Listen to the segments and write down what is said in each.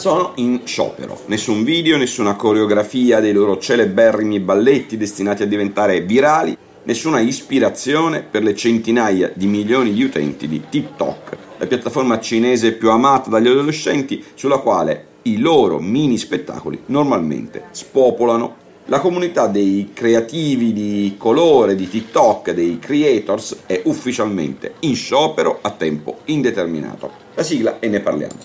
sono in sciopero. Nessun video, nessuna coreografia dei loro celeberrimi balletti destinati a diventare virali, nessuna ispirazione per le centinaia di milioni di utenti di TikTok, la piattaforma cinese più amata dagli adolescenti, sulla quale i loro mini spettacoli normalmente spopolano. La comunità dei creativi di colore di TikTok, dei creators, è ufficialmente in sciopero a tempo indeterminato. La sigla e ne parliamo.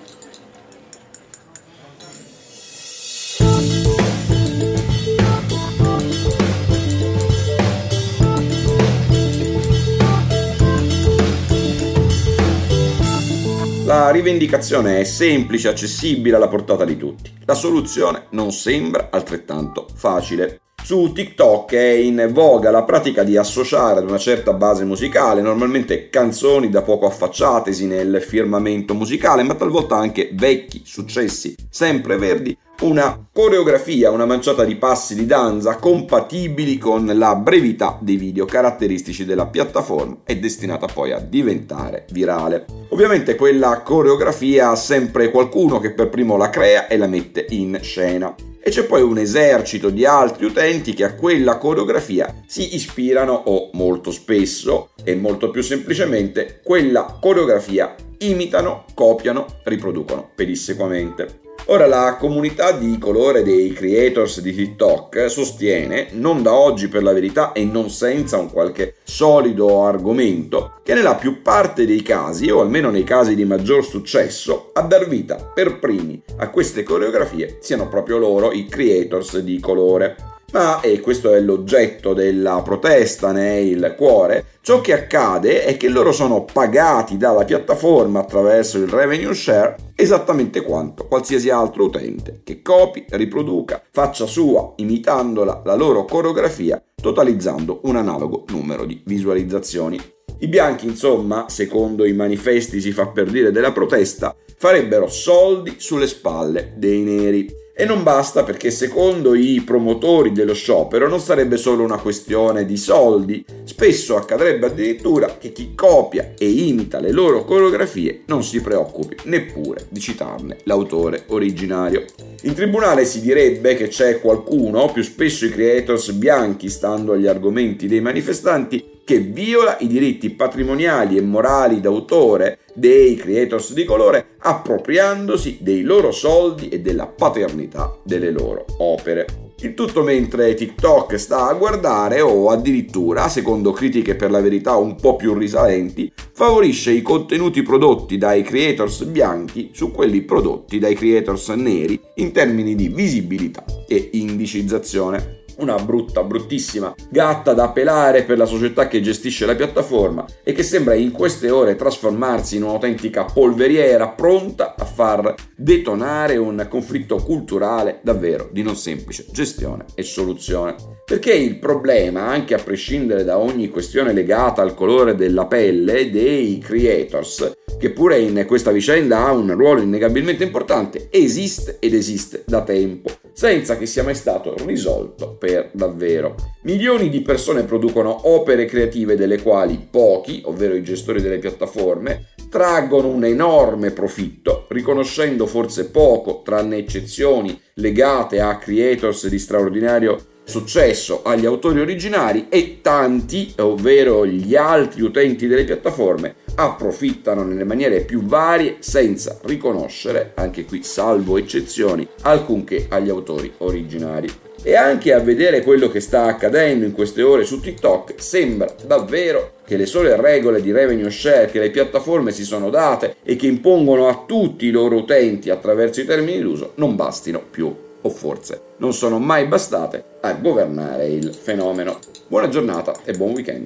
La rivendicazione è semplice, accessibile, alla portata di tutti. La soluzione non sembra altrettanto facile. Su TikTok è in voga la pratica di associare ad una certa base musicale, normalmente canzoni da poco affacciatesi nel firmamento musicale, ma talvolta anche vecchi successi sempreverdi, una coreografia, una manciata di passi di danza compatibili con la brevità dei video caratteristici della piattaforma e destinata poi a diventare virale. Ovviamente quella coreografia ha sempre qualcuno che per primo la crea e la mette in scena. E c'è poi un esercito di altri utenti che a quella coreografia si ispirano o molto spesso e molto più semplicemente quella coreografia imitano, copiano, riproducono pedissequamente. Ora la comunità di colore dei creators di TikTok sostiene, non da oggi per la verità e non senza un qualche solido argomento, che nella più parte dei casi, o almeno nei casi di maggior successo, a dar vita per primi a queste coreografie siano proprio loro, i creators di colore. Ma, e questo è l'oggetto della protesta, ne è il cuore, ciò che accade è che loro sono pagati dalla piattaforma attraverso il revenue share esattamente quanto qualsiasi altro utente che copi, riproduca, faccia sua, imitandola la loro coreografia, totalizzando un analogo numero di visualizzazioni. I bianchi, insomma, secondo i manifesti si fa per dire della protesta, farebbero soldi sulle spalle dei neri. E non basta, perché secondo i promotori dello sciopero non sarebbe solo una questione di soldi, spesso accadrebbe addirittura che chi copia e imita le loro coreografie non si preoccupi neppure di citarne l'autore originario. In tribunale si direbbe che c'è qualcuno, più spesso i creators bianchi stando agli argomenti dei manifestanti, che viola i diritti patrimoniali e morali d'autore dei creators di colore appropriandosi dei loro soldi e della paternità delle loro opere. Il tutto mentre TikTok sta a guardare o addirittura, secondo critiche per la verità un po' più risalenti, favorisce i contenuti prodotti dai creators bianchi su quelli prodotti dai creators neri in termini di visibilità e indicizzazione. Una bruttissima gatta da pelare per la società che gestisce la piattaforma e che sembra in queste ore trasformarsi in un'autentica polveriera pronta a far detonare un conflitto culturale davvero di non semplice gestione e soluzione. Perché il problema, anche a prescindere da ogni questione legata al colore della pelle dei creators, che pure in questa vicenda ha un ruolo innegabilmente importante, esiste ed esiste da tempo, senza che sia mai stato risolto per davvero. Milioni di persone producono opere creative delle quali pochi, ovvero i gestori delle piattaforme, traggono un enorme profitto, riconoscendo forse poco, tranne eccezioni legate a creators di straordinario successo, agli autori originari, e tanti, ovvero gli altri utenti delle piattaforme, approfittano nelle maniere più varie senza riconoscere, anche qui salvo eccezioni, alcunché agli autori originari. E anche a vedere quello che sta accadendo in queste ore su TikTok sembra davvero che le sole regole di revenue share che le piattaforme si sono date e che impongono a tutti i loro utenti attraverso i termini d'uso non bastino più, o forse non sono mai bastate a governare il fenomeno. Buona giornata e buon weekend.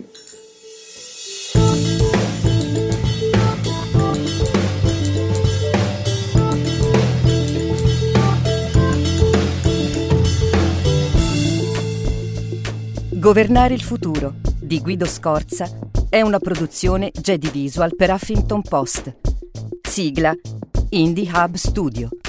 Governare il futuro di Guido Scorza è una produzione Jedi Visual per Huffington Post. Sigla Indie Hub Studio.